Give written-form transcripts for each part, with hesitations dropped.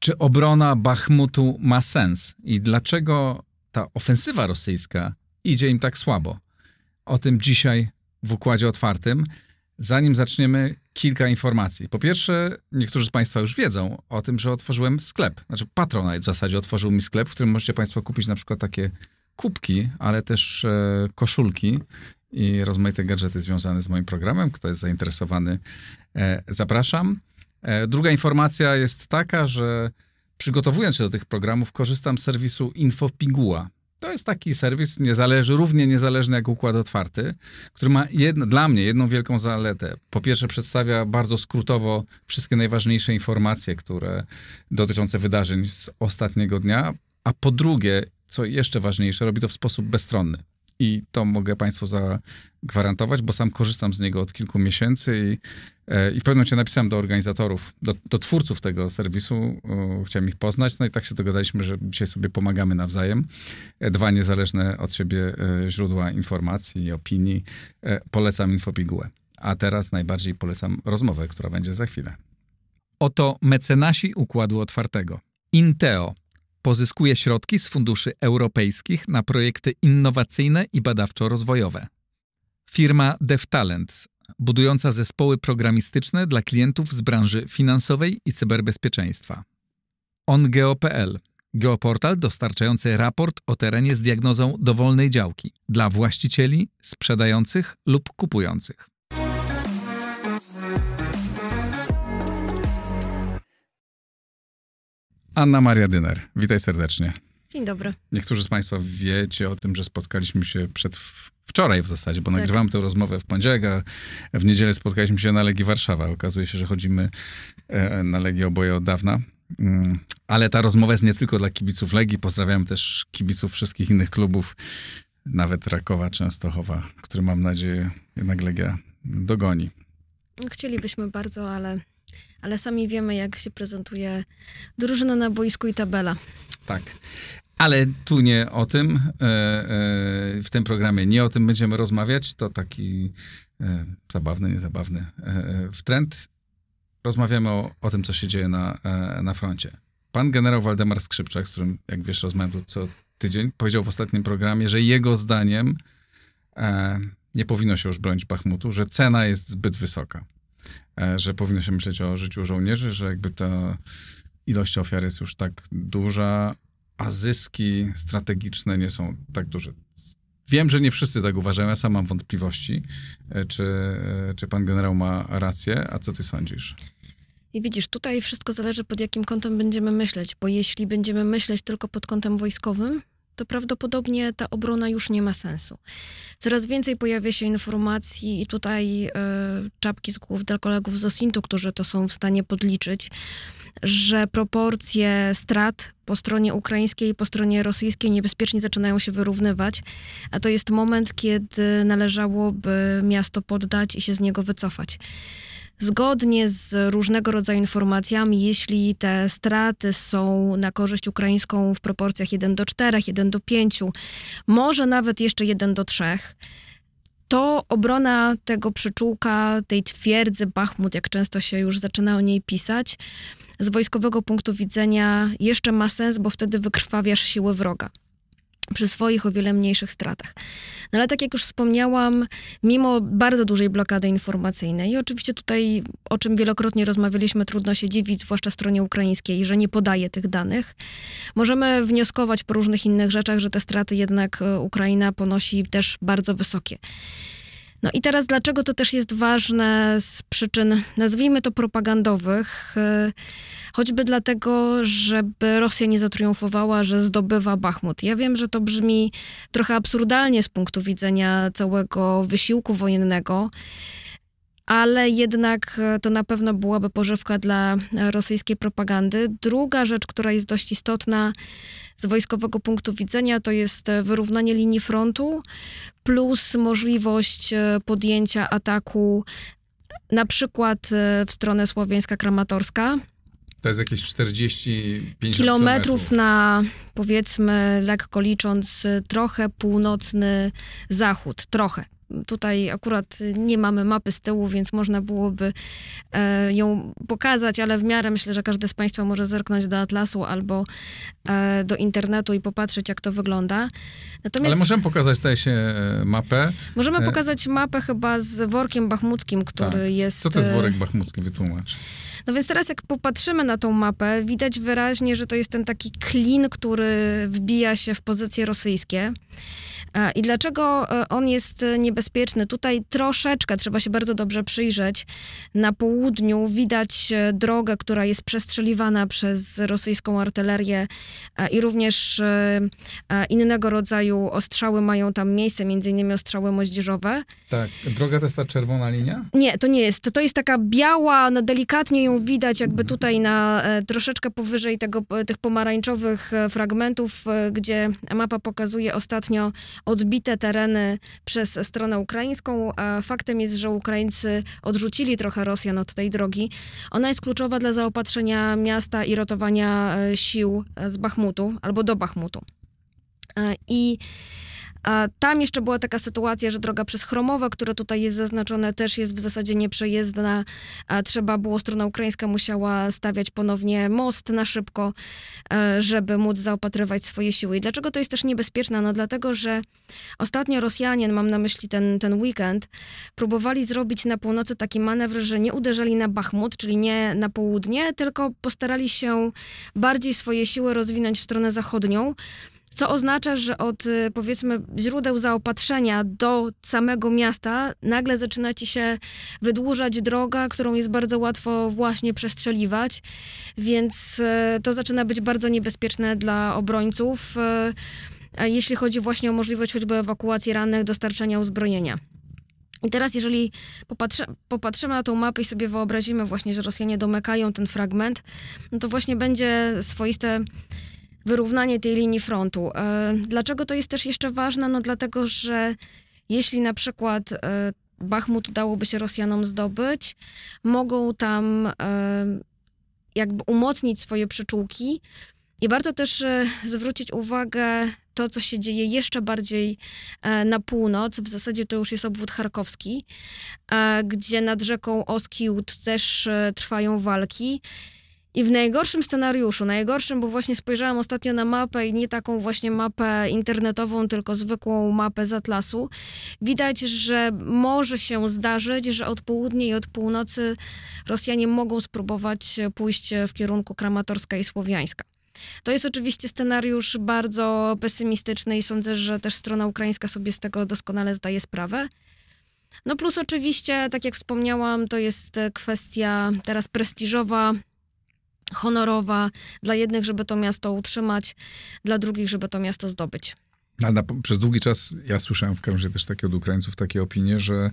Czy obrona Bachmutu ma sens? I dlaczego ta ofensywa rosyjska idzie im tak słabo? O tym dzisiaj w Układzie Otwartym. Zanim zaczniemy, kilka informacji. Po pierwsze, niektórzy z Państwa już wiedzą o tym, że otworzyłem sklep. Znaczy Patronite w zasadzie otworzył mi sklep, w którym możecie Państwo kupić na przykład takie kubki, ale też koszulki i rozmaite gadżety związane z moim programem. Kto jest zainteresowany, zapraszam. Druga informacja jest taka, że przygotowując się do tych programów, korzystam z serwisu Infopiguła. To jest taki serwis równie niezależny jak Układ Otwarty, który ma dla mnie jedną wielką zaletę. Po pierwsze przedstawia bardzo skrótowo wszystkie najważniejsze informacje, które dotyczące wydarzeń z ostatniego dnia, a po drugie, co jeszcze ważniejsze, robi to w sposób bezstronny. I to mogę Państwu zagwarantować, bo sam korzystam z niego od kilku miesięcy i w pewnym momencie napisałem do organizatorów, do twórców tego serwisu, chciałem ich poznać, no i tak się dogadaliśmy, że dzisiaj sobie pomagamy nawzajem. Dwa niezależne od siebie źródła informacji i opinii. Polecam Infopigułę. A teraz najbardziej polecam rozmowę, która będzie za chwilę. Oto mecenasi Układu Otwartego. Inteo pozyskuje środki z funduszy europejskich na projekty innowacyjne i badawczo-rozwojowe. Firma DevTalents, budująca zespoły programistyczne dla klientów z branży finansowej i cyberbezpieczeństwa. OnGeo.pl, geoportal dostarczający raport o terenie z diagnozą dowolnej działki dla właścicieli, sprzedających lub kupujących. Anna Maria Dyner, witaj serdecznie. Dzień dobry. Niektórzy z Państwa wiecie o tym, że spotkaliśmy się wczoraj w zasadzie, bo nagrywamy tę rozmowę w poniedziałek, a w niedzielę spotkaliśmy się na Legii Warszawa. Okazuje się, że chodzimy na Legię oboje od dawna. Ale ta rozmowa jest nie tylko dla kibiców Legii. Pozdrawiam też kibiców wszystkich innych klubów, nawet Rakowa, Częstochowa, który mam nadzieję jednak Legia dogoni. Chcielibyśmy bardzo, ale sami wiemy, jak się prezentuje drużyna na boisku i tabela. Tak. Ale tu nie o tym, w tym programie nie o tym będziemy rozmawiać. To taki zabawny, niezabawny wtręt. Rozmawiamy o tym, co się dzieje na froncie. Pan generał Waldemar Skrzypczak, z którym, jak wiesz, rozmawiam tu co tydzień, powiedział w ostatnim programie, że jego zdaniem nie powinno się już bronić Bachmutu, że cena jest zbyt wysoka. Że powinno się myśleć o życiu żołnierzy, że jakby ta ilość ofiar jest już tak duża, a zyski strategiczne nie są tak duże. Wiem, że nie wszyscy tak uważają, ja sam mam wątpliwości, czy pan generał ma rację, a co ty sądzisz? I widzisz, tutaj wszystko zależy, pod jakim kątem będziemy myśleć, bo jeśli będziemy myśleć tylko pod kątem wojskowym, to prawdopodobnie ta obrona już nie ma sensu. Coraz więcej pojawia się informacji i tutaj czapki z głów dla kolegów z OSINT-u, którzy to są w stanie podliczyć, że proporcje strat po stronie ukraińskiej i po stronie rosyjskiej niebezpiecznie zaczynają się wyrównywać, a to jest moment, kiedy należałoby miasto poddać i się z niego wycofać. Zgodnie z różnego rodzaju informacjami, jeśli te straty są na korzyść ukraińską w proporcjach 1:4, 1:5, może nawet jeszcze 1:3, to obrona tego przyczółka, tej twierdzy Bachmut, jak często się już zaczyna o niej pisać, z wojskowego punktu widzenia jeszcze ma sens, bo wtedy wykrwawiasz siły wroga przy swoich o wiele mniejszych stratach. No ale tak jak już wspomniałam, mimo bardzo dużej blokady informacyjnej i oczywiście tutaj, o czym wielokrotnie rozmawialiśmy, trudno się dziwić, zwłaszcza stronie ukraińskiej, że nie podaje tych danych, możemy wnioskować po różnych innych rzeczach, że te straty jednak Ukraina ponosi też bardzo wysokie. No i teraz dlaczego to też jest ważne z przyczyn, nazwijmy to propagandowych, choćby dlatego, żeby Rosja nie zatriumfowała, że zdobywa Bachmut. Ja wiem, że to brzmi trochę absurdalnie z punktu widzenia całego wysiłku wojennego, ale jednak to na pewno byłaby pożywka dla rosyjskiej propagandy. Druga rzecz, która jest dość istotna z wojskowego punktu widzenia, to jest wyrównanie linii frontu plus możliwość podjęcia ataku na przykład w stronę Słowiańska-Kramatorska, To jest jakieś 40-50 kilometrów na, powiedzmy, lekko licząc, trochę północny zachód. Trochę. Tutaj akurat nie mamy mapy z tyłu, więc można byłoby ją pokazać, ale w miarę myślę, że każdy z Państwa może zerknąć do atlasu albo do internetu i popatrzeć, jak to wygląda. Natomiast ale możemy pokazać, zdaje się, mapę. Możemy pokazać mapę chyba z workiem bachmuckim, który jest... Co to jest worek bachmucki? Wytłumacz. No więc teraz jak popatrzymy na tą mapę, widać wyraźnie, że to jest ten taki klin, który wbija się w pozycje rosyjskie. I dlaczego on jest niebezpieczny? Tutaj troszeczkę trzeba się bardzo dobrze przyjrzeć. Na południu widać drogę, która jest przestrzeliwana przez rosyjską artylerię i również innego rodzaju ostrzały mają tam miejsce, między innymi ostrzały moździerzowe. Tak. Droga to jest ta czerwona linia? Nie, to nie jest. To jest taka biała, no delikatnie ją widać jakby tutaj na troszeczkę powyżej tych pomarańczowych fragmentów, gdzie mapa pokazuje ostatnio odbite tereny przez stronę ukraińską. Faktem jest, że Ukraińcy odrzucili trochę Rosjan od tej drogi. Ona jest kluczowa dla zaopatrzenia miasta i rotowania sił z Bachmutu albo do Bachmutu. I tam jeszcze była taka sytuacja, że droga przez Chromowe, które tutaj jest zaznaczone, też jest w zasadzie nieprzejezdna. Trzeba było, strona ukraińska musiała stawiać ponownie most na szybko, żeby móc zaopatrywać swoje siły. I dlaczego to jest też niebezpieczne? No dlatego, że ostatnio Rosjanie, mam na myśli ten weekend, próbowali zrobić na północy taki manewr, że nie uderzali na Bachmut, czyli nie na południe, tylko postarali się bardziej swoje siły rozwinąć w stronę zachodnią, co oznacza, że od, powiedzmy, źródeł zaopatrzenia do samego miasta nagle zaczyna ci się wydłużać droga, którą jest bardzo łatwo właśnie przestrzeliwać, więc to zaczyna być bardzo niebezpieczne dla obrońców, jeśli chodzi właśnie o możliwość choćby ewakuacji rannych, dostarczania uzbrojenia. I teraz, jeżeli popatrzymy na tą mapę i sobie wyobrazimy właśnie, że Rosjanie domykają ten fragment, no to właśnie będzie swoiste wyrównanie tej linii frontu. Dlaczego to jest też jeszcze ważne? No dlatego, że jeśli na przykład Bachmut udałoby się Rosjanom zdobyć, mogą tam jakby umocnić swoje przyczółki i warto też zwrócić uwagę to, co się dzieje jeszcze bardziej na północ. W zasadzie to już jest obwód charkowski, gdzie nad rzeką Oskiłd też trwają walki. I w najgorszym scenariuszu, bo właśnie spojrzałam ostatnio na mapę i nie taką właśnie mapę internetową, tylko zwykłą mapę z atlasu, widać, że może się zdarzyć, że od południa i od północy Rosjanie mogą spróbować pójść w kierunku Kramatorska i Słowiańska. To jest oczywiście scenariusz bardzo pesymistyczny i sądzę, że też strona ukraińska sobie z tego doskonale zdaje sprawę. No plus oczywiście, tak jak wspomniałam, to jest kwestia teraz prestiżowa, honorowa, dla jednych, żeby to miasto utrzymać, dla drugich, żeby to miasto zdobyć. Ale przez długi czas ja słyszałem w każdym razie też takie od Ukraińców takie opinie, że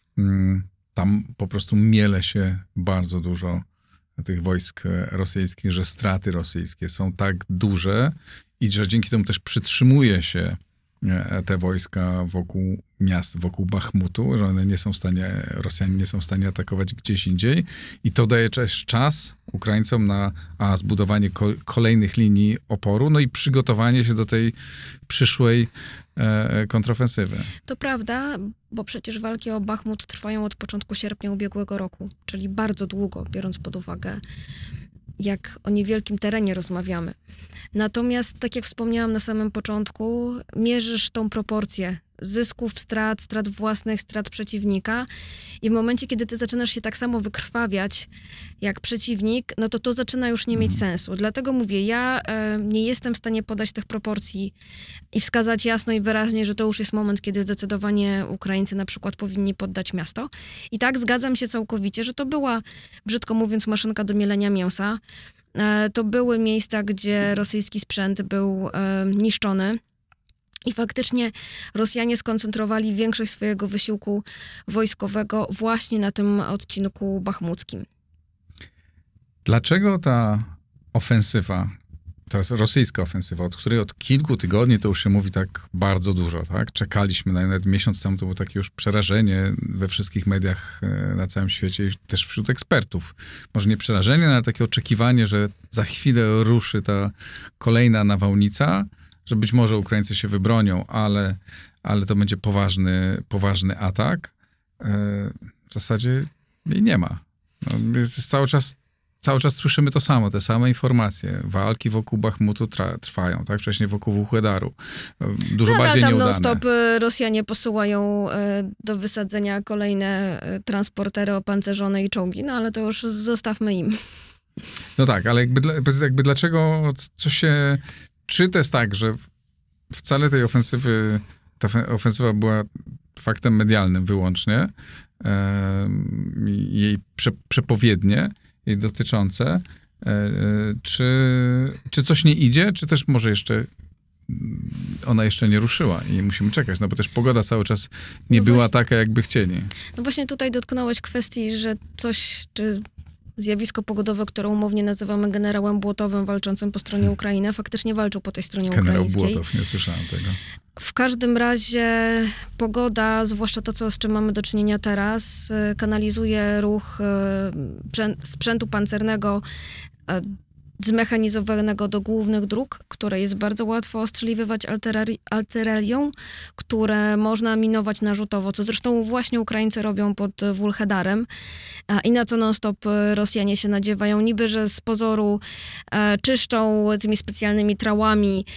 tam po prostu miele się bardzo dużo tych wojsk rosyjskich, że straty rosyjskie są tak duże i że dzięki temu też przytrzymuje się te wojska wokół miast, wokół Bachmutu, że one nie są w stanie, Rosjanie nie są w stanie atakować gdzieś indziej i to daje też czas Ukraińcom na zbudowanie kolejnych linii oporu, no i przygotowanie się do tej przyszłej kontrofensywy. To prawda, bo przecież walki o Bachmut trwają od początku sierpnia ubiegłego roku, czyli bardzo długo, biorąc pod uwagę, jak o niewielkim terenie rozmawiamy. Natomiast, tak jak wspomniałam na samym początku, mierzysz tą proporcję zysków, strat własnych, strat przeciwnika i w momencie, kiedy ty zaczynasz się tak samo wykrwawiać jak przeciwnik, no to zaczyna już nie mieć sensu. Dlatego mówię, ja nie jestem w stanie podać tych proporcji i wskazać jasno i wyraźnie, że to już jest moment, kiedy zdecydowanie Ukraińcy na przykład powinni poddać miasto. I tak zgadzam się całkowicie, że to była, brzydko mówiąc, maszynka do mielenia mięsa. To były miejsca, gdzie rosyjski sprzęt był niszczony. I faktycznie Rosjanie skoncentrowali większość swojego wysiłku wojskowego właśnie na tym odcinku bachmuckim. Dlaczego ta ofensywa teraz rosyjska ofensywa, od której od kilku tygodni to już się mówi tak bardzo dużo, tak? Czekaliśmy, nawet miesiąc temu to było takie już przerażenie we wszystkich mediach na całym świecie i też wśród ekspertów. Może nie przerażenie, ale takie oczekiwanie, że za chwilę ruszy ta kolejna nawałnica, że być może Ukraińcy się wybronią, ale to będzie poważny atak. W zasadzie jej nie ma. No, jest cały czas słyszymy to samo, te same informacje. Walki wokół Bachmutu trwają, tak? Wcześniej wokół Wuhledaru. Dużo bardziej tam nieudane. non-stop Rosjanie posyłają do wysadzenia kolejne transportery opancerzone i czołgi, no ale to już zostawmy im. No tak, ale jakby dlaczego czy to jest tak, że wcale tej ofensywy, ta ofensywa była faktem medialnym wyłącznie, jej przepowiednie, jej dotyczące, czy coś nie idzie, czy też może ona jeszcze nie ruszyła i musimy czekać, no bo też pogoda cały czas nie była taka, jakby chcieli. No właśnie tutaj dotknąłeś kwestii, że czy zjawisko pogodowe, które umownie nazywamy generałem Błotowym walczącym po stronie Ukrainy, faktycznie walczył po tej stronie ukraińskiej. Generał Błotow, nie słyszałem tego. W każdym razie pogoda, zwłaszcza to, z czym mamy do czynienia teraz, kanalizuje ruch sprzętu pancernego zmechanizowanego do głównych dróg, które jest bardzo łatwo ostrzeliwywać artylerią, które można minować narzutowo, co zresztą właśnie Ukraińcy robią pod Wuhledarem i na co non-stop Rosjanie się nadziewają. Niby, że z pozoru czyszczą tymi specjalnymi trałami,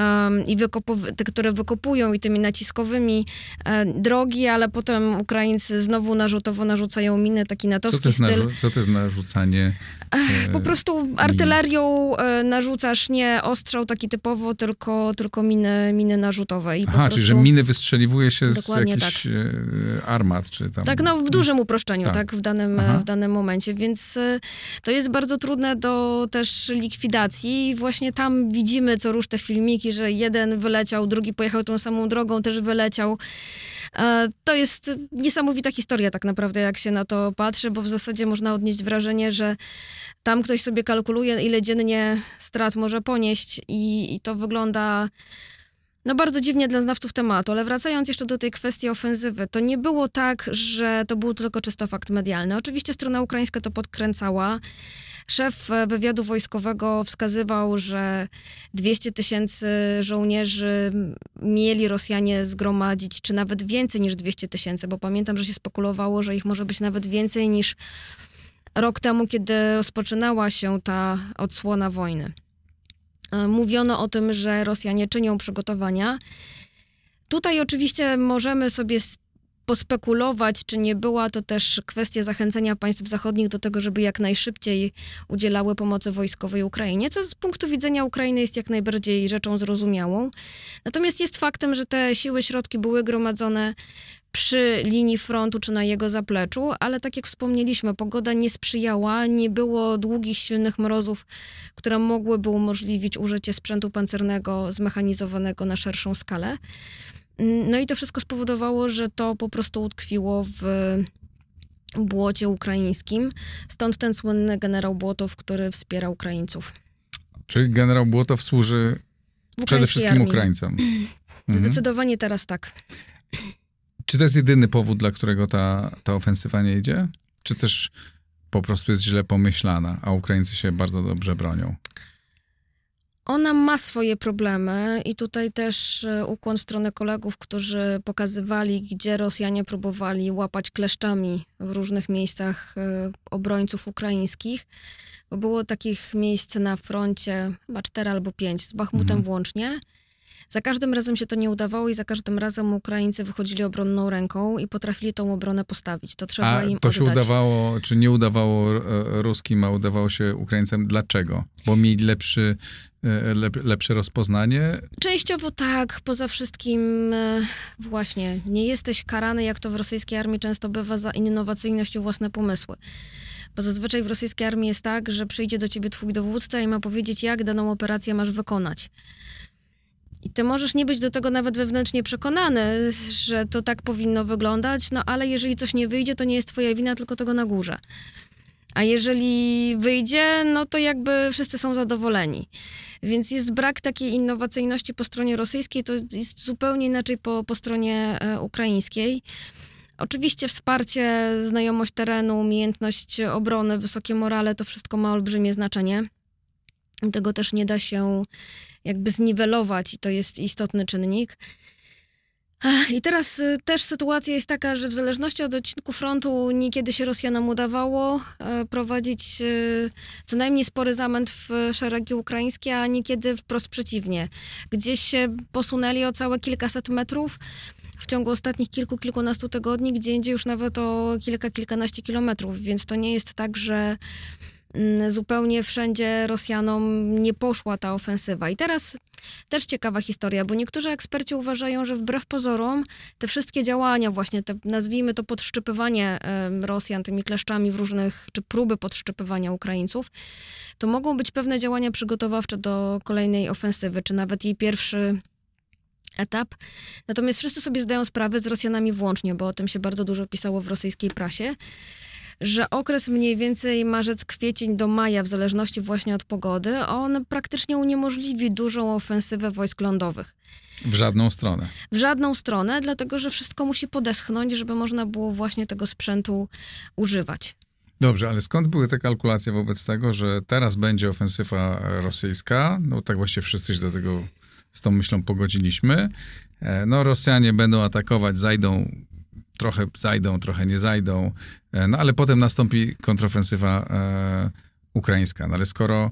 te, które wykopują i tymi naciskowymi drogi, ale potem Ukraińcy znowu narzutowo narzucają miny, taki natowski styl. Co to jest narzucanie? Po prostu artylerią narzucasz nie ostrzał taki typowo, tylko miny narzutowe. I czyli że miny wystrzeliwuje się z jakichś tak. armat, czy tam... Tak, no w dużym uproszczeniu, tak w danym momencie, więc to jest bardzo trudne do też likwidacji i właśnie tam widzimy co rusz te filmiki, że jeden wyleciał, drugi pojechał tą samą drogą, też wyleciał. To jest niesamowita historia tak naprawdę, jak się na to patrzy, bo w zasadzie można odnieść wrażenie, że tam ktoś sobie kalkuluje, ile dziennie strat może ponieść i to wygląda bardzo dziwnie dla znawców tematu. Ale wracając jeszcze do tej kwestii ofensywy, to nie było tak, że to był tylko czysto fakt medialny. Oczywiście strona ukraińska to podkręcała. Szef wywiadu wojskowego wskazywał, że 200 000 żołnierzy mieli Rosjanie zgromadzić, czy nawet więcej niż 200 000, bo pamiętam, że się spekulowało, że ich może być nawet więcej niż rok temu, kiedy rozpoczynała się ta odsłona wojny. Mówiono o tym, że Rosjanie czynią przygotowania. Tutaj oczywiście możemy sobie pospekulować, czy nie była to też kwestia zachęcenia państw zachodnich do tego, żeby jak najszybciej udzielały pomocy wojskowej Ukrainie, co z punktu widzenia Ukrainy jest jak najbardziej rzeczą zrozumiałą. Natomiast jest faktem, że te siły, środki były gromadzone przy linii frontu czy na jego zapleczu, ale tak jak wspomnieliśmy, pogoda nie sprzyjała, nie było długich, silnych mrozów, które mogłyby umożliwić użycie sprzętu pancernego zmechanizowanego na szerszą skalę. No i to wszystko spowodowało, że to po prostu utkwiło w błocie ukraińskim. Stąd ten słynny generał Błotow, który wspiera Ukraińców. Czyli generał Błotow służy przede wszystkim armii. Ukraińcom. Zdecydowanie teraz tak. Czy to jest jedyny powód, dla którego ta ofensywa nie idzie? Czy też po prostu jest źle pomyślana, a Ukraińcy się bardzo dobrze bronią? Ona ma swoje problemy i tutaj też ukłon w stronę kolegów, którzy pokazywali, gdzie Rosjanie próbowali łapać kleszczami w różnych miejscach obrońców ukraińskich. Bo było takich miejsc na froncie chyba 4 albo 5, z Bachmutem włącznie. Za każdym razem się to nie udawało i za każdym razem Ukraińcy wychodzili obronną ręką i potrafili tą obronę postawić. To trzeba im to oddać. się udawało, czy nie udawało Ruskim, a udawało się Ukraińcom. Dlaczego? Bo mieli lepsze rozpoznanie? Częściowo tak. Poza wszystkim właśnie nie jesteś karany, jak to w rosyjskiej armii często bywa, za innowacyjność i własne pomysły. Bo zazwyczaj w rosyjskiej armii jest tak, że przyjdzie do ciebie twój dowódca i ma powiedzieć, jak daną operację masz wykonać. I ty możesz nie być do tego nawet wewnętrznie przekonany, że to tak powinno wyglądać, no ale jeżeli coś nie wyjdzie, to nie jest twoja wina, tylko tego na górze. A jeżeli wyjdzie, no to jakby wszyscy są zadowoleni. Więc jest brak takiej innowacyjności po stronie rosyjskiej, to jest zupełnie inaczej po stronie ukraińskiej. Oczywiście wsparcie, znajomość terenu, umiejętność obrony, wysokie morale, to wszystko ma olbrzymie znaczenie. I tego też nie da się jakby zniwelować i to jest istotny czynnik. I teraz też sytuacja jest taka, że w zależności od odcinku frontu niekiedy się Rosjanom udawało prowadzić co najmniej spory zamęt w szeregi ukraińskie, a niekiedy wprost przeciwnie. Gdzieś się posunęli o całe kilkaset metrów w ciągu ostatnich kilkunastu tygodni, gdzie indziej już nawet o kilkanaście kilometrów, więc to nie jest tak, że zupełnie wszędzie Rosjanom nie poszła ta ofensywa. I teraz też ciekawa historia, bo niektórzy eksperci uważają, że wbrew pozorom te wszystkie działania, właśnie te, nazwijmy to podszczypywanie Rosjan tymi kleszczami w różnych, czy próby podszczypywania Ukraińców, to mogą być pewne działania przygotowawcze do kolejnej ofensywy, czy nawet jej pierwszy etap. Natomiast wszyscy sobie zdają sprawę, z Rosjanami włącznie, bo o tym się bardzo dużo pisało w rosyjskiej prasie, że okres mniej więcej marzec, kwiecień do maja, w zależności właśnie od pogody, on praktycznie uniemożliwi dużą ofensywę wojsk lądowych. W żadną stronę. W żadną stronę, dlatego że wszystko musi podeschnąć, żeby można było właśnie tego sprzętu używać. Dobrze, ale skąd były te kalkulacje wobec tego, że teraz będzie ofensywa rosyjska? No tak właśnie wszyscy się do tego z tą myślą pogodziliśmy. No Rosjanie będą atakować, trochę nie zajdą, no ale potem nastąpi kontrofensywa ukraińska. No ale skoro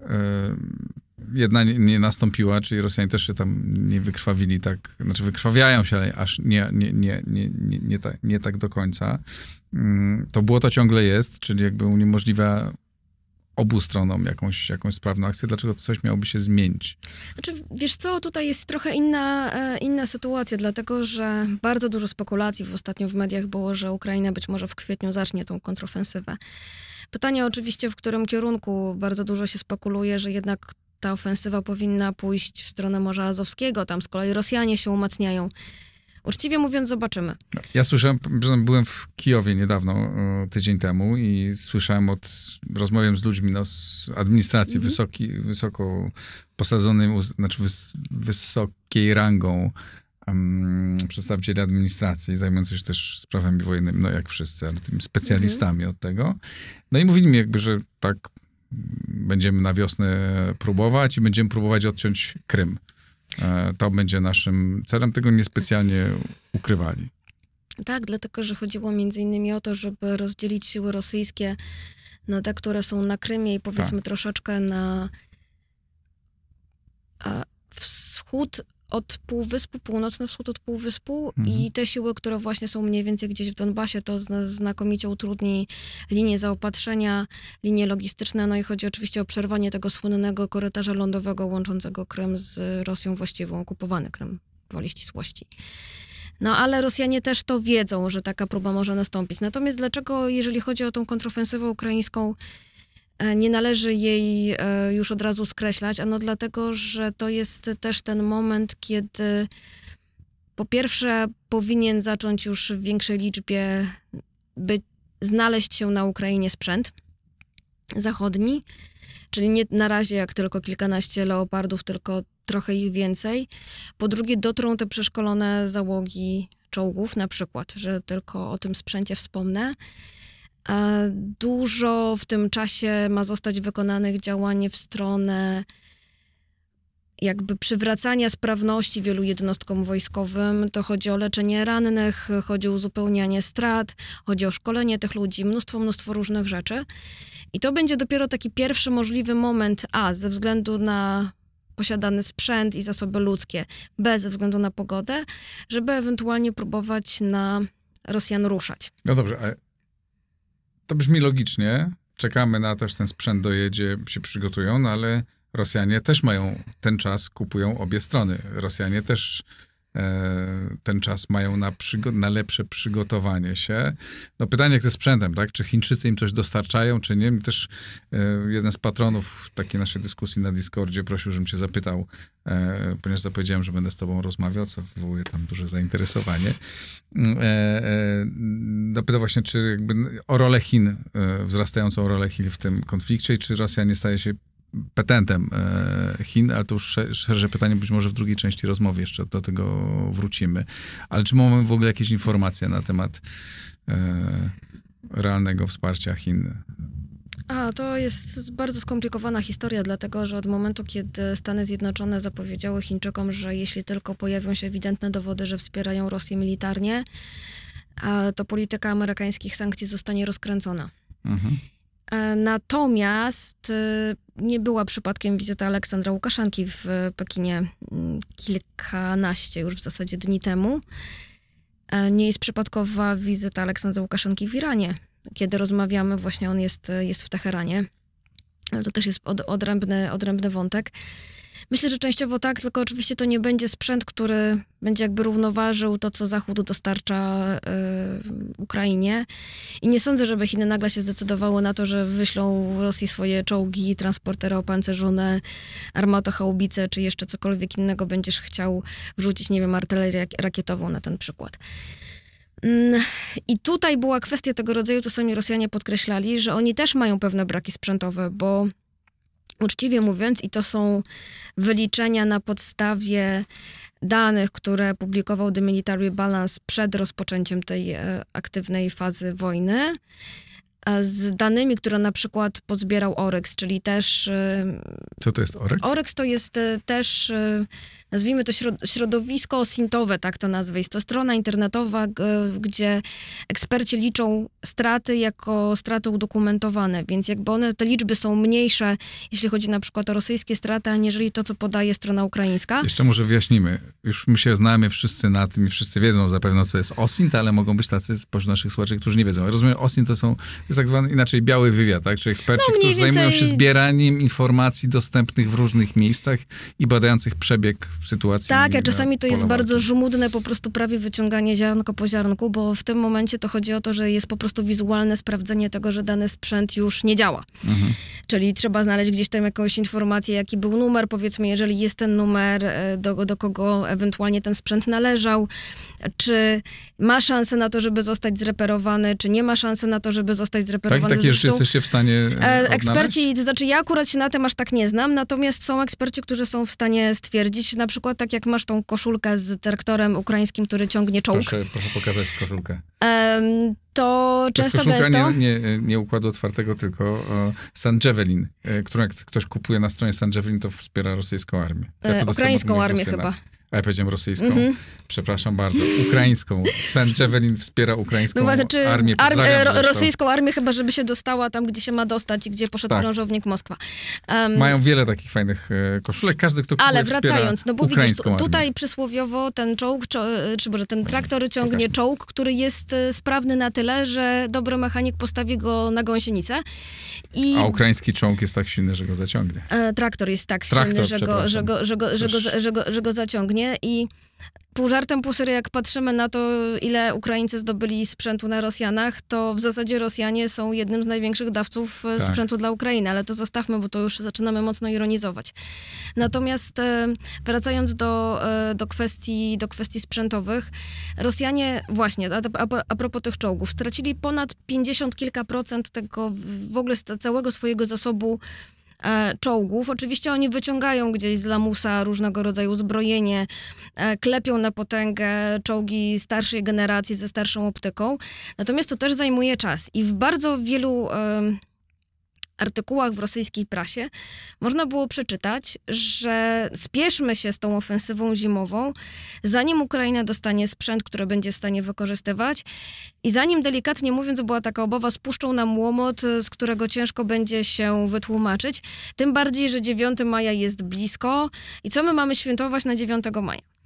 jedna nie nastąpiła, czyli Rosjanie też się tam nie wykrwawili tak, znaczy wykrwawiają się, ale aż nie tak do końca, to było to ciągle jest, czyli jakby uniemożliwia obu stronom jakąś sprawną akcję. Dlaczego coś miałoby się zmienić? Znaczy, wiesz co, tutaj jest trochę inna sytuacja, dlatego że bardzo dużo spekulacji ostatnio w mediach było, że Ukraina być może w kwietniu zacznie tą kontrofensywę. Pytanie oczywiście, w którym kierunku. Bardzo dużo się spekuluje, że jednak ta ofensywa powinna pójść w stronę Morza Azowskiego, tam z kolei Rosjanie się umacniają. Uczciwie mówiąc, zobaczymy. Ja słyszałem, byłem w Kijowie niedawno, tydzień temu i słyszałem rozmawiałem z ludźmi z administracji wysoko posadzonym, znaczy wysokiej rangą przedstawicieli administracji, zajmujących się też sprawami wojennymi, no jak wszyscy, ale tymi specjalistami od tego. No i mówili mi jakby, że tak będziemy na wiosnę próbować i będziemy próbować odciąć Krym. To będzie naszym celem, tego niespecjalnie ukrywali. Tak, dlatego, że chodziło między innymi o to, żeby rozdzielić siły rosyjskie na te, które są na Krymie i powiedzmy troszeczkę na wschód od półwyspu, północny wschód od półwyspu i te siły, które właśnie są mniej więcej gdzieś w Donbasie, to znakomicie utrudni linię zaopatrzenia, linie logistyczne, no i chodzi oczywiście o przerwanie tego słynnego korytarza lądowego łączącego Krym z Rosją właściwą, okupowany Krym, gwoli ścisłości. No ale Rosjanie też to wiedzą, że taka próba może nastąpić. Natomiast dlaczego, jeżeli chodzi o tą kontrofensywę ukraińską, nie należy jej już od razu skreślać? Ano dlatego, że to jest też ten moment, kiedy po pierwsze powinien zacząć już w większej liczbie znaleźć się na Ukrainie sprzęt zachodni, czyli nie na razie jak tylko kilkanaście leopardów, tylko trochę ich więcej. Po drugie dotrą te przeszkolone załogi czołgów na przykład, że tylko o tym sprzęcie wspomnę. Dużo w tym czasie ma zostać wykonanych działań w stronę jakby przywracania sprawności wielu jednostkom wojskowym. To chodzi o leczenie rannych, chodzi o uzupełnianie strat, chodzi o szkolenie tych ludzi, mnóstwo różnych rzeczy. I to będzie dopiero taki pierwszy możliwy moment, ze względu na posiadany sprzęt i zasoby ludzkie, ze względu na pogodę, żeby ewentualnie próbować na Rosjan ruszać. No dobrze, ale to brzmi logicznie. Czekamy na to, że ten sprzęt dojedzie, się przygotują, no ale Rosjanie też mają ten czas, kupują obie strony. Rosjanie też ten czas mają na lepsze przygotowanie się. No pytanie jak ze sprzętem, tak? Czy Chińczycy im coś dostarczają, czy nie? Też jeden z patronów takiej naszej dyskusji na Discordzie prosił, żebym cię zapytał, ponieważ zapowiedziałem, że będę z tobą rozmawiał, co wywołuje tam duże zainteresowanie. Dopytał właśnie, czy jakby o rolę Chin, wzrastającą rolę Chin w tym konflikcie i czy Rosja nie staje się petentem Chin, ale to już szersze pytanie, być może w drugiej części rozmowy jeszcze do tego wrócimy. Ale czy mamy w ogóle jakieś informacje na temat realnego wsparcia Chin? To jest bardzo skomplikowana historia, dlatego że od momentu, kiedy Stany Zjednoczone zapowiedziały Chińczykom, że jeśli tylko pojawią się ewidentne dowody, że wspierają Rosję militarnie, to polityka amerykańskich sankcji zostanie rozkręcona. Mhm. Natomiast nie była przypadkiem wizyta Aleksandra Łukaszenki w Pekinie kilkanaście już w zasadzie dni temu. Nie jest przypadkowa wizyta Aleksandra Łukaszenki w Iranie. Kiedy rozmawiamy, właśnie on jest w Teheranie. Ale to też jest odrębny wątek. Myślę, że częściowo tak, tylko oczywiście to nie będzie sprzęt, który będzie jakby równoważył to, co Zachód dostarcza Ukrainie. I nie sądzę, żeby Chiny nagle się zdecydowały na to, że wyślą Rosji swoje czołgi, transportery opancerzone, armatochaubice, czy jeszcze cokolwiek innego będziesz chciał wrzucić, nie wiem, artylerię rakietową na ten przykład. I tutaj była kwestia tego rodzaju, co sami Rosjanie podkreślali, że oni też mają pewne braki sprzętowe, bo uczciwie mówiąc, i to są wyliczenia na podstawie danych, które publikował The Military Balance przed rozpoczęciem tej aktywnej fazy wojny, z danymi, które na przykład pozbierał Oryx, czyli też... Co to jest Oryx? Oryx to jest też, nazwijmy to środowisko osintowe, tak to nazwę. Jest to strona internetowa, gdzie eksperci liczą straty jako straty udokumentowane, więc jakby te liczby są mniejsze, jeśli chodzi na przykład o rosyjskie straty, aniżeli to, co podaje strona ukraińska. Jeszcze może wyjaśnimy. Już my się znamy wszyscy na tym i wszyscy wiedzą zapewne, co jest OSINT, ale mogą być tacy spośród naszych słuchaczy, którzy nie wiedzą. Rozumiem, OSINT to jest tak zwany inaczej biały wywiad, tak? Czyli eksperci, którzy zajmują się zbieraniem informacji dostępnych w różnych miejscach i badających przebieg sytuacji. Tak, a czasami to jest bardzo żmudne, po prostu prawie wyciąganie ziarnko po ziarnku, bo w tym momencie to chodzi o to, że jest po prostu wizualne sprawdzenie tego, że dany sprzęt już nie działa. Mhm. Czyli trzeba znaleźć gdzieś tam jakąś informację, jaki był numer, powiedzmy, jeżeli jest ten numer, do kogo ewentualnie ten sprzęt należał, czy ma szansę na to, żeby zostać zreperowany, czy nie ma szansy na to, żeby zostać zreperowany. Tak, takie rzeczy jesteście w stanie eksperci, to znaczy ja akurat się na tym aż tak nie znam, natomiast są eksperci, którzy są w stanie stwierdzić, na przykład tak jak masz tą koszulkę z traktorem ukraińskim, który ciągnie czołg. Proszę pokazać koszulkę. To często koszulka gęsto... nie układu otwartego, tylko St. Javelin, którą jak ktoś kupuje na stronie St. Javelin, to wspiera rosyjską armię. Ja ukraińską armię chyba. A ja powiedziałem rosyjską. Przepraszam bardzo. Ukraińską. St. Javelin wspiera ukraińską armię. Rosyjską armię, chyba żeby się dostała tam, gdzie się ma dostać i gdzie poszedł krążownik Moskwa. Mają wiele takich fajnych koszulek. Każdy, kto kupuje, ale wracając, no bo widzisz, tutaj armię. Przysłowiowo ten czołg, ten traktor ciągnie czołg, który jest sprawny na tyle, że dobry mechanik postawi go na gąsienicę. A ukraiński czołg jest tak silny, że go zaciągnie. Traktor jest tak silny, że go zaciągnie. I pół żartem, pół serio, jak patrzymy na to, ile Ukraińcy zdobyli sprzętu na Rosjanach, to w zasadzie Rosjanie są jednym z największych dawców sprzętu dla Ukrainy, ale to zostawmy, bo to już zaczynamy mocno ironizować. Natomiast wracając do kwestii sprzętowych, Rosjanie właśnie, a propos tych czołgów, stracili ponad 50 kilka procent tego w ogóle całego swojego zasobu czołgów. Oczywiście oni wyciągają gdzieś z lamusa różnego rodzaju zbrojenie, klepią na potęgę czołgi starszej generacji ze starszą optyką. Natomiast to też zajmuje czas. I w bardzo wielu artykułach w rosyjskiej prasie można było przeczytać, że spieszmy się z tą ofensywą zimową, zanim Ukraina dostanie sprzęt, który będzie w stanie wykorzystywać i zanim, delikatnie mówiąc, była taka obawa, spuszczą nam łomot, z którego ciężko będzie się wytłumaczyć. Tym bardziej, że 9 maja jest blisko i co my mamy świętować na 9 maja?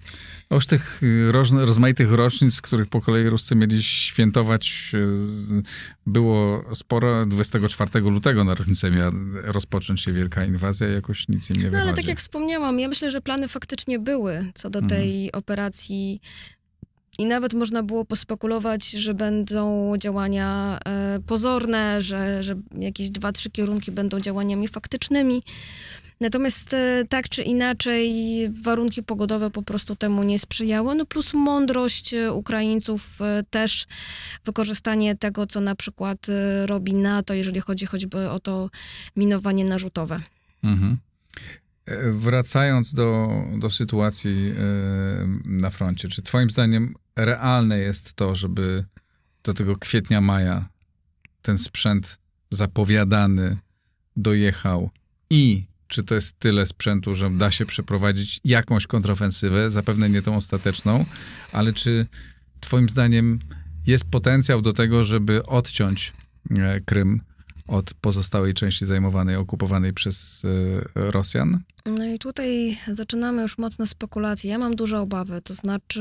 Już tych rozmaitych rocznic, których po kolei Ruscy mieli świętować, było sporo. 24 lutego na rocznicę miała rozpocząć się wielka inwazja, jakoś nic im nie wychodzi. No ale tak jak wspomniałam, ja myślę, że plany faktycznie były co do tej operacji i nawet można było pospekulować, że będą działania pozorne, że jakieś 2-3 kierunki będą działaniami faktycznymi. Natomiast tak czy inaczej warunki pogodowe po prostu temu nie sprzyjały. No plus mądrość Ukraińców też, wykorzystanie tego, co na przykład robi NATO, jeżeli chodzi choćby o to minowanie narzutowe. Mhm. Wracając do sytuacji na froncie, czy twoim zdaniem realne jest to, żeby do tego kwietnia, maja ten sprzęt zapowiadany dojechał i czy to jest tyle sprzętu, że da się przeprowadzić jakąś kontrofensywę, zapewne nie tą ostateczną, ale czy twoim zdaniem jest potencjał do tego, żeby odciąć Krym od pozostałej części zajmowanej, okupowanej przez Rosjan? No i tutaj zaczynamy już mocne spekulacje. Ja mam duże obawy, to znaczy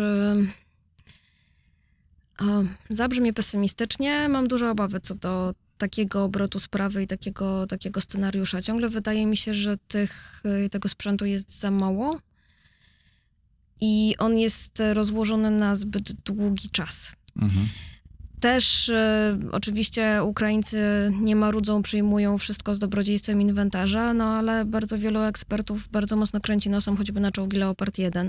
zabrzmie pesymistycznie, mam duże obawy co do takiego obrotu sprawy i takiego scenariusza. Ciągle wydaje mi się, że tego sprzętu jest za mało i on jest rozłożony na zbyt długi czas. Mhm. Też oczywiście Ukraińcy nie marudzą, przyjmują wszystko z dobrodziejstwem inwentarza, no ale bardzo wielu ekspertów bardzo mocno kręci nosem choćby na czołgi Leopard 1.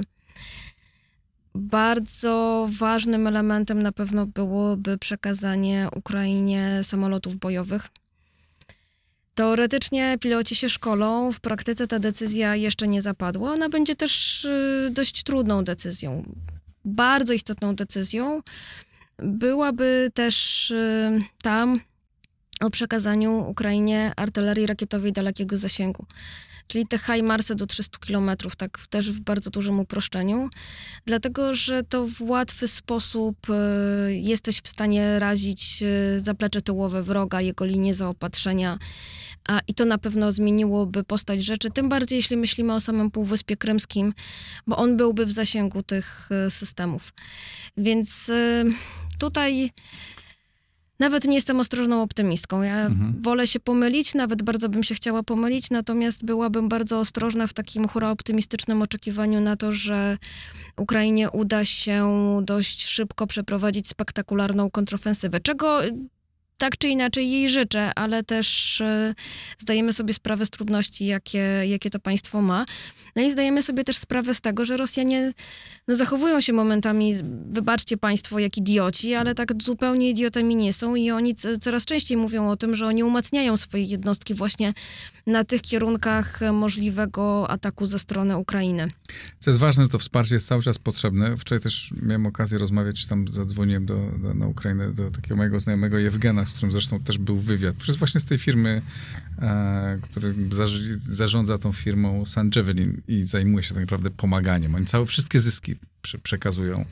Bardzo ważnym elementem na pewno byłoby przekazanie Ukrainie samolotów bojowych. Teoretycznie piloci się szkolą, w praktyce ta decyzja jeszcze nie zapadła. Ona będzie też dość trudną decyzją. Bardzo istotną decyzją byłaby też tam o przekazaniu Ukrainie artylerii rakietowej dalekiego zasięgu. Czyli te HIMARS-y do 300 kilometrów, tak też w bardzo dużym uproszczeniu, dlatego, że to w łatwy sposób jesteś w stanie razić zaplecze tyłowe wroga, jego linię zaopatrzenia, i to na pewno zmieniłoby postać rzeczy, tym bardziej jeśli myślimy o samym Półwyspie Krymskim, bo on byłby w zasięgu tych systemów. Więc tutaj nawet nie jestem ostrożną optymistką. Ja wolę się pomylić, nawet bardzo bym się chciała pomylić, natomiast byłabym bardzo ostrożna w takim hura optymistycznym oczekiwaniu na to, że Ukrainie uda się dość szybko przeprowadzić spektakularną kontrofensywę, czego tak czy inaczej jej życzę, ale też zdajemy sobie sprawę z trudności, jakie to państwo ma. No i zdajemy sobie też sprawę z tego, że Rosjanie zachowują się momentami, wybaczcie państwo, jak idioci, ale tak zupełnie idiotami nie są i oni coraz częściej mówią o tym, że oni umacniają swoje jednostki właśnie na tych kierunkach możliwego ataku ze strony Ukrainy. Co jest ważne, że to wsparcie jest cały czas potrzebne. Wczoraj też miałem okazję rozmawiać, tam zadzwoniłem na Ukrainę do takiego mojego znajomego Jewgena, z którym zresztą też był wywiad. Przez właśnie z tej firmy, który zarządza tą firmą St. Javelin i zajmuje się tak naprawdę pomaganiem. Oni wszystkie zyski przekazują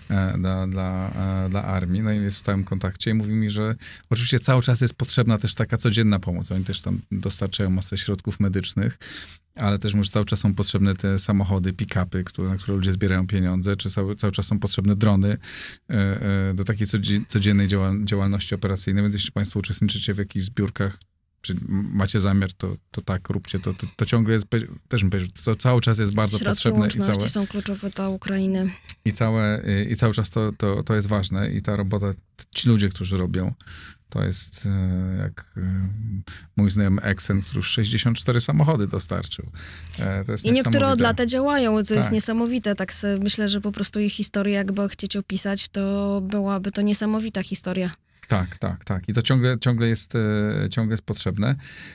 dla armii. No i jest w stałym kontakcie i mówi mi, że oczywiście cały czas jest potrzebna też taka codzienna pomoc. Oni też tam dostarczają masę środków medycznych, ale też już cały czas są potrzebne te samochody, pick-upy, na które ludzie zbierają pieniądze, czy cały czas są potrzebne drony do takiej codziennej działalności operacyjnej. Więc jeśli państwo uczestniczycie w jakichś zbiórkach, czy macie zamiar, to tak, róbcie to. To ciągle jest, też bym powiedział, to cały czas jest bardzo potrzebne. Środki łączności są kluczowe dla Ukrainy. I cały czas to jest ważne i ta robota, ci ludzie, którzy robią, to jest jak mój znajomy Exen, który już 64 samochody dostarczył. To jest i niektóre od lata działają, to jest tak. Niesamowite. Tak myślę, że po prostu ich historię, jakby chcieć opisać, to byłaby to niesamowita historia. Tak. I to ciągle jest potrzebne.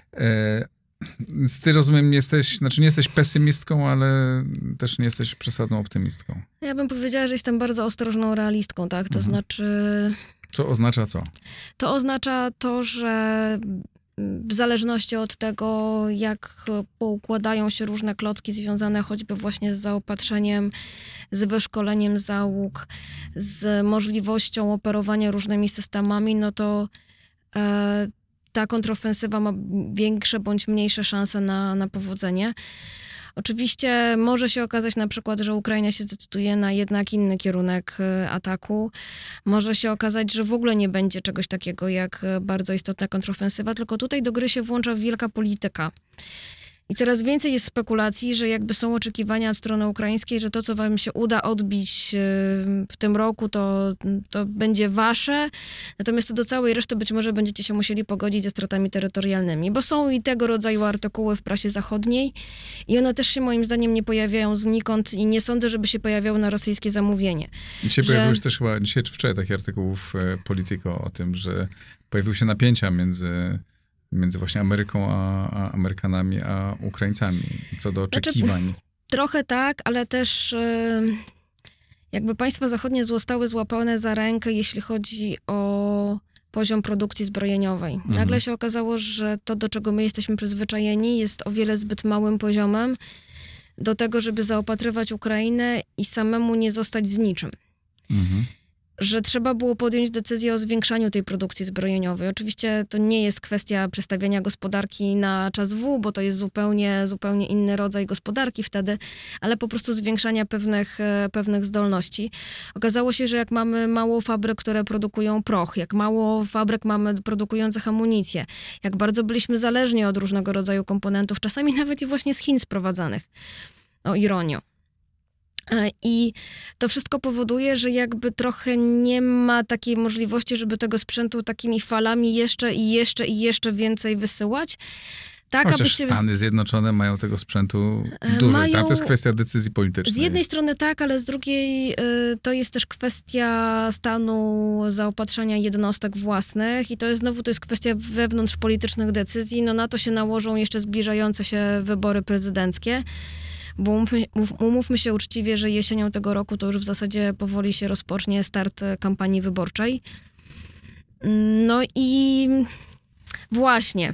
Ty, rozumiem, nie jesteś pesymistką, ale też nie jesteś przesadną optymistką. Ja bym powiedziała, że jestem bardzo ostrożną realistką, tak? To znaczy... Co oznacza co? To oznacza to, że w zależności od tego, jak poukładają się różne klocki związane choćby właśnie z zaopatrzeniem, z wyszkoleniem załóg, z możliwością operowania różnymi systemami, no to ta kontrofensywa ma większe bądź mniejsze szanse na powodzenie. Oczywiście może się okazać na przykład, że Ukraina się zdecyduje na jednak inny kierunek ataku. Może się okazać, że w ogóle nie będzie czegoś takiego jak bardzo istotna kontrofensywa, tylko tutaj do gry się włącza wielka polityka. I coraz więcej jest spekulacji, że jakby są oczekiwania od strony ukraińskiej, że to, co wam się uda odbić w tym roku, to będzie wasze. Natomiast to do całej reszty być może będziecie się musieli pogodzić ze stratami terytorialnymi, bo są i tego rodzaju artykuły w prasie zachodniej i one też się moim zdaniem nie pojawiają znikąd i nie sądzę, żeby się pojawiały na rosyjskie zamówienie. Dzisiaj pojawiły się też chyba, dzisiaj czy wczoraj taki artykuł w Politico o tym, że pojawiły się napięcia między właśnie Ameryką, a Amerykanami, a Ukraińcami, co do oczekiwań. Trochę tak, ale też jakby państwa zachodnie zostały złapane za rękę, jeśli chodzi o poziom produkcji zbrojeniowej. Nagle się okazało, że to, do czego my jesteśmy przyzwyczajeni, jest o wiele zbyt małym poziomem do tego, żeby zaopatrywać Ukrainę i samemu nie zostać z niczym. Że trzeba było podjąć decyzję o zwiększaniu tej produkcji zbrojeniowej. Oczywiście to nie jest kwestia przestawiania gospodarki na czas W, bo to jest zupełnie inny rodzaj gospodarki wtedy, ale po prostu zwiększania pewnych zdolności. Okazało się, że jak mamy mało fabryk, które produkują proch, jak mało fabryk mamy produkujących amunicję, jak bardzo byliśmy zależni od różnego rodzaju komponentów, czasami nawet i właśnie z Chin sprowadzanych. O ironio. I to wszystko powoduje, że jakby trochę nie ma takiej możliwości, żeby tego sprzętu takimi falami jeszcze więcej wysyłać. Tak, chociaż Stany Zjednoczone mają tego sprzętu dużo. Tam to jest kwestia decyzji politycznej. Z jednej strony tak, ale z drugiej to jest też kwestia stanu zaopatrzenia jednostek własnych i to jest kwestia wewnątrzpolitycznych decyzji. No na to się nałożą jeszcze zbliżające się wybory prezydenckie. Bo umówmy się uczciwie, że jesienią tego roku to już w zasadzie powoli się rozpocznie start kampanii wyborczej. No i właśnie.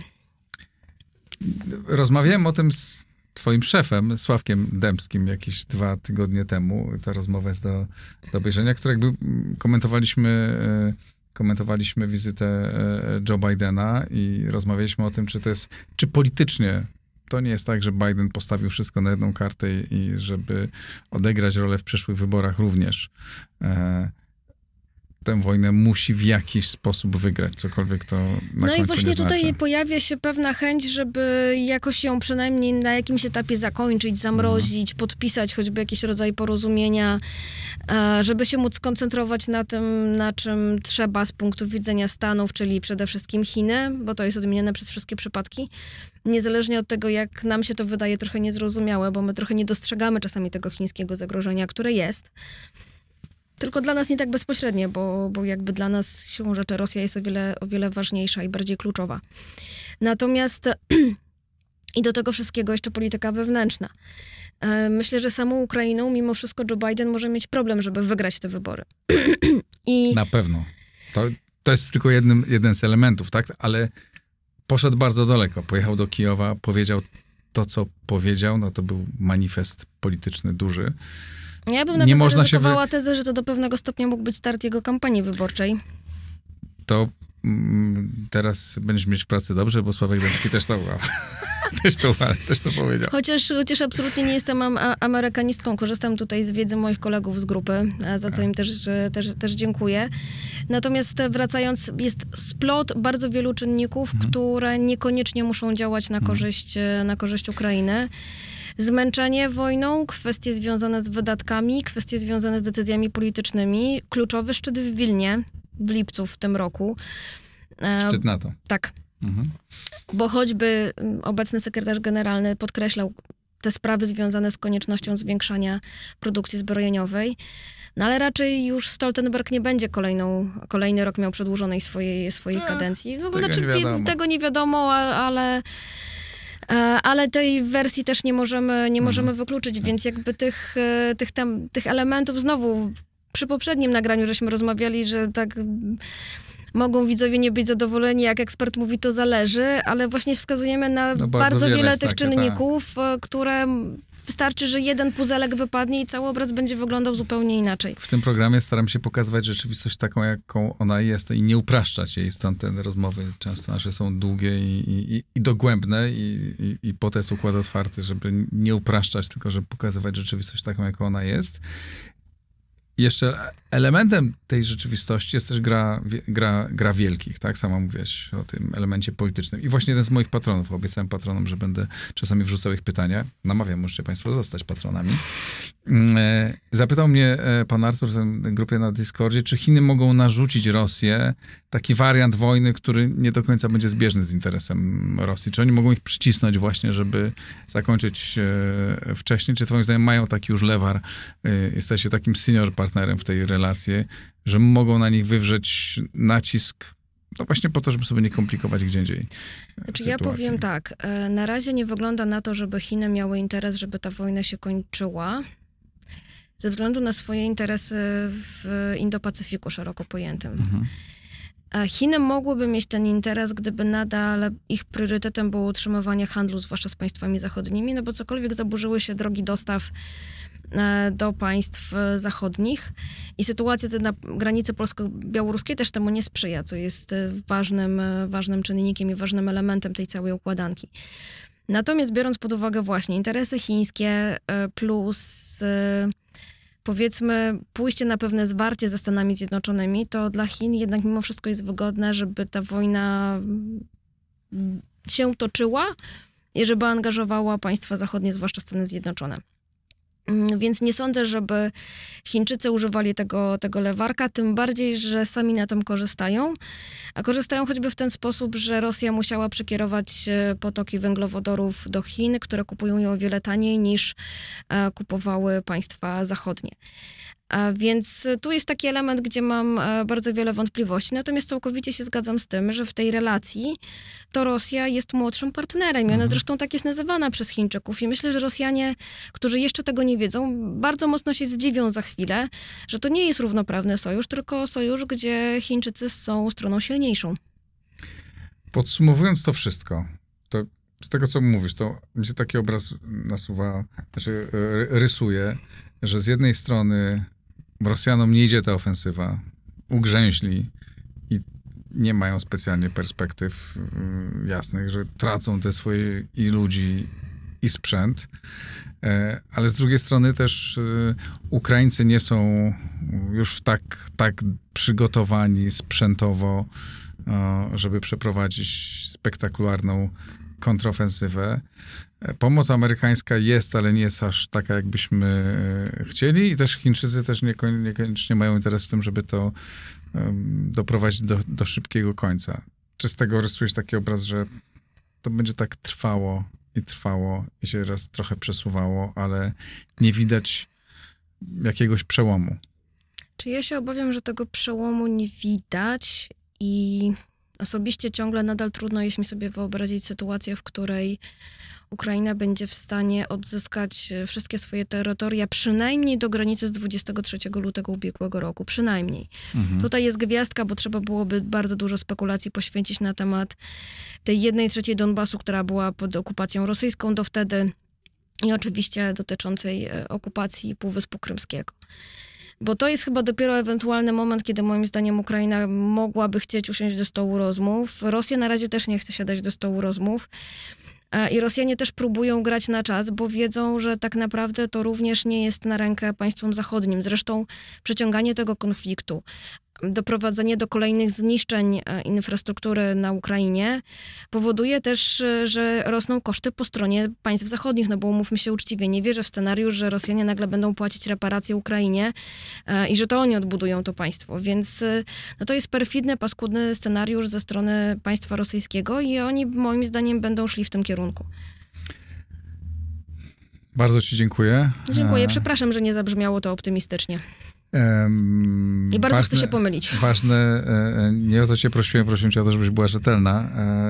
Rozmawiałem o tym z twoim szefem, Sławkiem Dębskim, jakieś 2 tygodnie temu. Ta rozmowa jest do obejrzenia, która jakby komentowaliśmy wizytę Joe Bidena i rozmawialiśmy o tym, czy politycznie to nie jest tak, że Biden postawił wszystko na jedną kartę i żeby odegrać rolę w przyszłych wyborach również tę wojnę musi w jakiś sposób wygrać, cokolwiek to na końcu nie znaczy. No i właśnie tutaj pojawia się pewna chęć, żeby jakoś ją przynajmniej na jakimś etapie zakończyć, zamrozić, podpisać choćby jakiś rodzaj porozumienia, żeby się móc skoncentrować na tym, na czym trzeba z punktu widzenia Stanów, czyli przede wszystkim Chiny, bo to jest odmienione przez wszystkie przypadki. Niezależnie od tego, jak nam się to wydaje trochę niezrozumiałe, bo my trochę nie dostrzegamy czasami tego chińskiego zagrożenia, które jest. Tylko dla nas nie tak bezpośrednie, bo jakby dla nas siłą rzeczy Rosja jest o wiele ważniejsza i bardziej kluczowa. Natomiast i do tego wszystkiego jeszcze polityka wewnętrzna. Myślę, że samą Ukrainą mimo wszystko Joe Biden może mieć problem, żeby wygrać te wybory. Na pewno. To jest tylko jeden z elementów, tak? Ale poszedł bardzo daleko. Pojechał do Kijowa, powiedział to, co powiedział. No to był manifest polityczny duży. Ja bym nawet zaryzykowała tezę, że to do pewnego stopnia mógł być start jego kampanii wyborczej. To teraz będziesz mieć w pracy dobrze, bo Sławek Dębski też to powiedział. Chociaż absolutnie nie jestem amerykanistką, korzystam tutaj z wiedzy moich kolegów z grupy, za co im też dziękuję. Natomiast wracając, jest splot bardzo wielu czynników, które niekoniecznie muszą działać na korzyść Ukrainy. Zmęczenie wojną, kwestie związane z wydatkami, kwestie związane z decyzjami politycznymi. Kluczowy szczyt w Wilnie w lipcu w tym roku. Szczyt NATO. Tak. Bo choćby obecny sekretarz generalny podkreślał te sprawy związane z koniecznością zwiększania produkcji zbrojeniowej. No ale raczej już Stoltenberg nie będzie kolejny rok miał przedłużonej swojej kadencji. W ogóle tego nie wiadomo, ale tej wersji też nie możemy wykluczyć, więc jakby tych elementów znowu przy poprzednim nagraniu żeśmy rozmawiali, że tak mogą widzowie nie być zadowoleni, jak ekspert mówi, to zależy, ale właśnie wskazujemy na bardzo wiele tych czynników, które Wystarczy, że jeden puzelek wypadnie i cały obraz będzie wyglądał zupełnie inaczej. W tym programie staram się pokazywać rzeczywistość taką, jaką ona jest i nie upraszczać jej. Stąd te rozmowy często nasze są długie i dogłębne i po to jest układ otwarty, żeby nie upraszczać, tylko żeby pokazywać rzeczywistość taką, jaką ona jest. Jeszcze elementem tej rzeczywistości jest też gra wielkich, tak? Sama mówiłaś o tym elemencie politycznym. I właśnie jeden z moich patronów, obiecałem patronom, że będę czasami wrzucał ich pytania. Namawiam, możecie państwo zostać patronami. Zapytał mnie pan Artur w tej grupie na Discordzie, czy Chiny mogą narzucić Rosję taki wariant wojny, który nie do końca będzie zbieżny z interesem Rosji. Czy oni mogą ich przycisnąć właśnie, żeby zakończyć wcześniej? Czy twoim zdaniem mają taki już lewar, jesteście takim senior partnerem w tej relacji, że mogą na nich wywrzeć nacisk, no właśnie po to, żeby sobie nie komplikować gdzie indziej Znaczy, ja powiem tak, na razie nie wygląda na to, żeby Chiny miały interes, żeby ta wojna się kończyła, ze względu na swoje interesy w Indo-Pacyfiku szeroko pojętym. Mhm. Chiny mogłyby mieć ten interes, gdyby nadal ich priorytetem było utrzymywanie handlu, zwłaszcza z państwami zachodnimi, no bo cokolwiek zaburzyły się drogi dostaw do państw zachodnich i sytuacja na granicy polsko-białoruskiej też temu nie sprzyja, co jest ważnym czynnikiem i ważnym elementem tej całej układanki. Natomiast biorąc pod uwagę właśnie interesy chińskie plus powiedzmy pójście na pewne zwarcie ze Stanami Zjednoczonymi, to dla Chin jednak mimo wszystko jest wygodne, żeby ta wojna się toczyła i żeby angażowała państwa zachodnie, zwłaszcza Stany Zjednoczone. Więc nie sądzę, żeby Chińczycy używali tego lewarka, tym bardziej, że sami na tym korzystają. A korzystają choćby w ten sposób, że Rosja musiała przekierować potoki węglowodorów do Chin, które kupują je o wiele taniej niż kupowały państwa zachodnie. Więc tu jest taki element, gdzie mam bardzo wiele wątpliwości. Natomiast całkowicie się zgadzam z tym, że w tej relacji to Rosja jest młodszym partnerem. I ona zresztą tak jest nazywana przez Chińczyków. I myślę, że Rosjanie, którzy jeszcze tego nie wiedzą, bardzo mocno się zdziwią za chwilę, że to nie jest równoprawny sojusz, tylko sojusz, gdzie Chińczycy są stroną silniejszą. Podsumowując to wszystko, to z tego, co mówisz, to mi się taki obraz nasuwa, rysuje, że z jednej strony Rosjanom nie idzie ta ofensywa, ugrzęźli i nie mają specjalnie perspektyw jasnych, że tracą te swoje i ludzi, i sprzęt, ale z drugiej strony też Ukraińcy nie są już tak przygotowani sprzętowo, żeby przeprowadzić spektakularną kontrofensywę. Pomoc amerykańska jest, ale nie jest aż taka, jakbyśmy chcieli i też Chińczycy też niekoniecznie mają interes w tym, żeby to doprowadzić do szybkiego końca. Czy z tego rysujesz taki obraz, że to będzie tak trwało i się raz trochę przesuwało, ale nie widać jakiegoś przełomu? Czy ja się obawiam, że tego przełomu nie widać i osobiście ciągle nadal trudno jest mi sobie wyobrazić sytuację, w której Ukraina będzie w stanie odzyskać wszystkie swoje terytoria przynajmniej do granicy z 23 lutego ubiegłego roku. Przynajmniej. Mhm. Tutaj jest gwiazdka, bo trzeba byłoby bardzo dużo spekulacji poświęcić na temat tej 1/3 Donbasu, która była pod okupacją rosyjską do wtedy i oczywiście dotyczącej okupacji Półwyspu Krymskiego. Bo to jest chyba dopiero ewentualny moment, kiedy moim zdaniem Ukraina mogłaby chcieć usiąść do stołu rozmów. Rosja na razie też nie chce siadać do stołu rozmów. I Rosjanie też próbują grać na czas, bo wiedzą, że tak naprawdę to również nie jest na rękę państwom zachodnim. Zresztą przeciąganie tego konfliktu, doprowadzenie do kolejnych zniszczeń infrastruktury na Ukrainie powoduje też, że rosną koszty po stronie państw zachodnich, no bo umówmy się uczciwie, nie wierzę w scenariusz, że Rosjanie nagle będą płacić reparacje Ukrainie i że to oni odbudują to państwo, więc no to jest perfidny, paskudny scenariusz ze strony państwa rosyjskiego i oni moim zdaniem będą szli w tym kierunku. Bardzo ci dziękuję. Dziękuję, przepraszam, że nie zabrzmiało to optymistycznie. I bardzo chcę się pomylić. Ważne, nie o to cię prosiłem cię o to, żebyś była rzetelna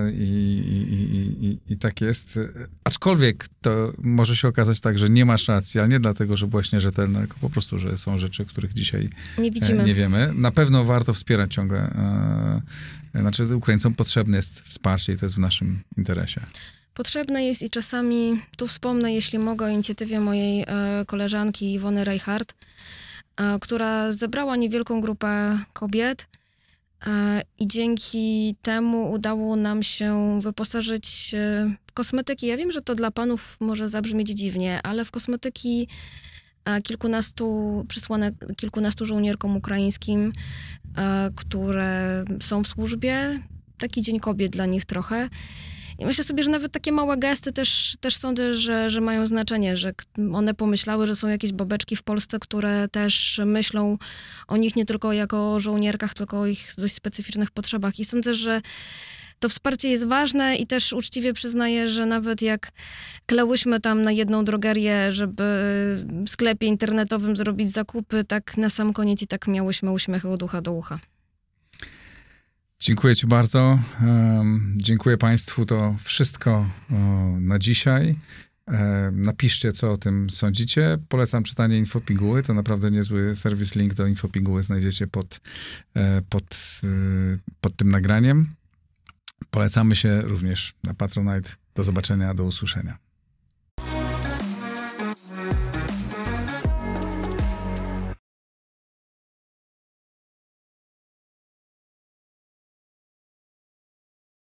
i tak jest. Aczkolwiek to może się okazać tak, że nie masz racji, ale nie dlatego, że byłaś nierzetelna, tylko po prostu, że są rzeczy, których dzisiaj nie wiemy. Na pewno warto wspierać ciągle. Znaczy Ukraińcom potrzebne jest wsparcie i to jest w naszym interesie. Potrzebne jest i czasami, tu wspomnę, jeśli mogę, o inicjatywie mojej koleżanki Iwony Reichart, która zebrała niewielką grupę kobiet i dzięki temu udało nam się wyposażyć w kosmetyki. Ja wiem, że to dla panów może zabrzmieć dziwnie, ale w kosmetyki przysłane kilkunastu żołnierkom ukraińskim, które są w służbie. Taki Dzień Kobiet dla nich trochę. I myślę sobie, że nawet takie małe gesty też sądzę, że mają znaczenie, że one pomyślały, że są jakieś babeczki w Polsce, które też myślą o nich nie tylko jako o żołnierkach, tylko o ich dość specyficznych potrzebach. I sądzę, że to wsparcie jest ważne i też uczciwie przyznaję, że nawet jak klełyśmy tam na jedną drogerię, żeby w sklepie internetowym zrobić zakupy, tak na sam koniec i tak miałyśmy uśmiechy od ucha do ucha. Dziękuję ci bardzo. Dziękuję państwu. To wszystko na dzisiaj. Napiszcie, co o tym sądzicie. Polecam czytanie Infopiguły. To naprawdę niezły serwis. Link do Infopiguły znajdziecie pod tym nagraniem. Polecamy się również na Patronite. Do zobaczenia, do usłyszenia.